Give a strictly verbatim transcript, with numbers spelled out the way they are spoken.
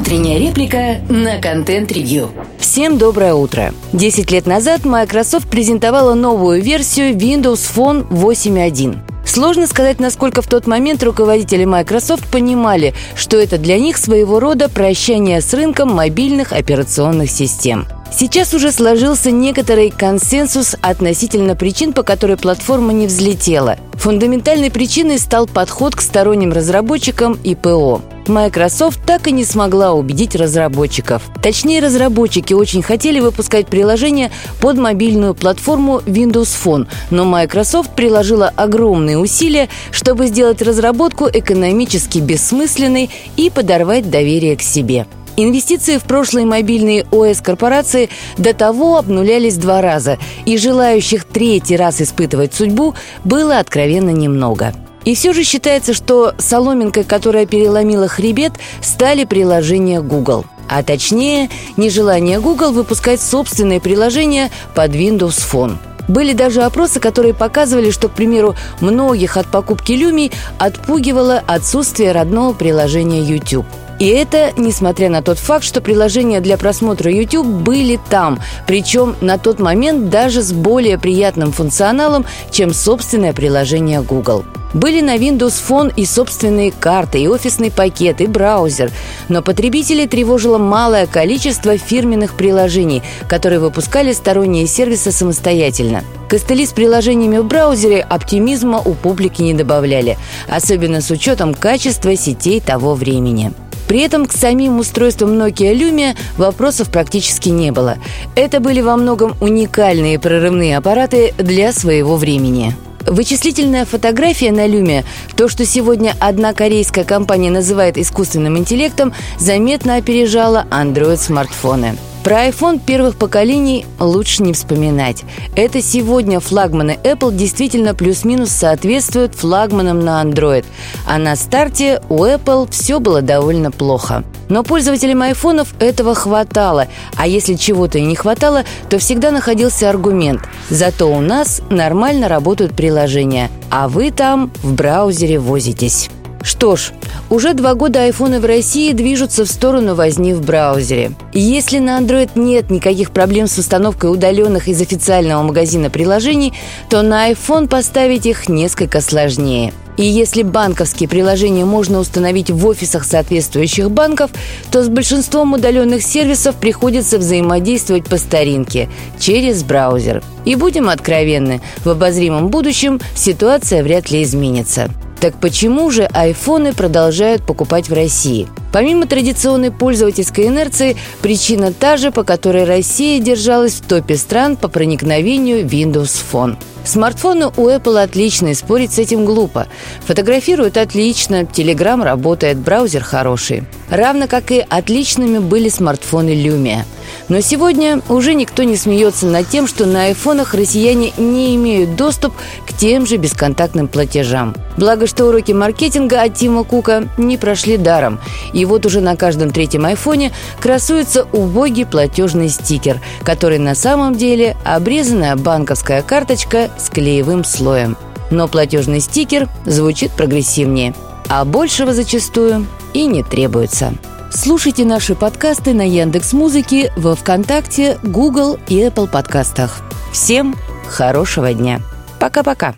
Утренняя реплика на контент-ревью. Всем доброе утро. Десять лет назад Microsoft презентовала новую версию Windows Phone восемь точка один. Сложно сказать, насколько в тот момент руководители Microsoft понимали, что это для них своего рода прощание с рынком мобильных операционных систем. Сейчас уже сложился некоторый консенсус относительно причин, по которой платформа не взлетела. Фундаментальной причиной стал подход к сторонним разработчикам и ПО. Microsoft так и не смогла убедить разработчиков. Точнее, разработчики очень хотели выпускать приложение под мобильную платформу Windows Phone, но Microsoft приложила огромные усилия, чтобы сделать разработку экономически бессмысленной и подорвать доверие к себе. Инвестиции в прошлые мобильные о эс-корпорации до того обнулялись два раза, и желающих третий раз испытывать судьбу было откровенно немного. И все же считается, что соломинкой, которая переломила хребет, стали приложения Google. А точнее, нежелание Google выпускать собственные приложения под Windows Phone. Были даже опросы, которые показывали, что, к примеру, многих от покупки Lumia отпугивало отсутствие родного приложения YouTube. И это несмотря на тот факт, что приложения для просмотра YouTube были там, причем на тот момент даже с более приятным функционалом, чем собственное приложение Google. Были на Windows Phone и собственные карты, и офисный пакет, и браузер. Но потребителей тревожило малое количество фирменных приложений, которые выпускали сторонние сервисы самостоятельно. Костыли с приложениями в браузере оптимизма у публики не добавляли, особенно с учетом качества сетей того времени. При этом к самим устройствам Nokia Lumia вопросов практически не было. Это были во многом уникальные прорывные аппараты для своего времени. Вычислительная фотография на Lumia, то, что сегодня одна корейская компания называет искусственным интеллектом, заметно опережала Android-смартфоны. Про iPhone первых поколений лучше не вспоминать. Это сегодня флагманы Apple действительно плюс-минус соответствуют флагманам на Android. А на старте у Apple все было довольно плохо. Но пользователям айфонов этого хватало. А если чего-то и не хватало, то всегда находился аргумент. Зато у нас нормально работают приложения, а вы там в браузере возитесь. Что ж, уже два года айфоны в России движутся в сторону возни в браузере. Если на Android нет никаких проблем с установкой удаленных из официального магазина приложений, то на iPhone поставить их несколько сложнее. И если банковские приложения можно установить в офисах соответствующих банков, то с большинством удаленных сервисов приходится взаимодействовать по старинке, через браузер. И будем откровенны, в обозримом будущем ситуация вряд ли изменится. Так почему же айфоны продолжают покупать в России? Помимо традиционной пользовательской инерции, причина та же, по которой Россия держалась в топе стран по проникновению Windows Phone. Смартфоны у Apple отличные, спорить с этим глупо. Фотографируют отлично, Telegram работает, браузер хороший. Равно как и отличными были смартфоны Lumia. Но сегодня уже никто не смеется над тем, что на айфонах россияне не имеют доступ к тем же бесконтактным платежам. Благо, что уроки маркетинга от Тима Кука не прошли даром. И вот уже на каждом третьем айфоне красуется убогий платежный стикер, который на самом деле обрезанная банковская карточка с клеевым слоем. Но платежный стикер звучит прогрессивнее, а большего зачастую и не требуется. Слушайте наши подкасты на Яндекс.Музыке, во ВКонтакте, Google и Apple подкастах. Всем хорошего дня. Пока-пока.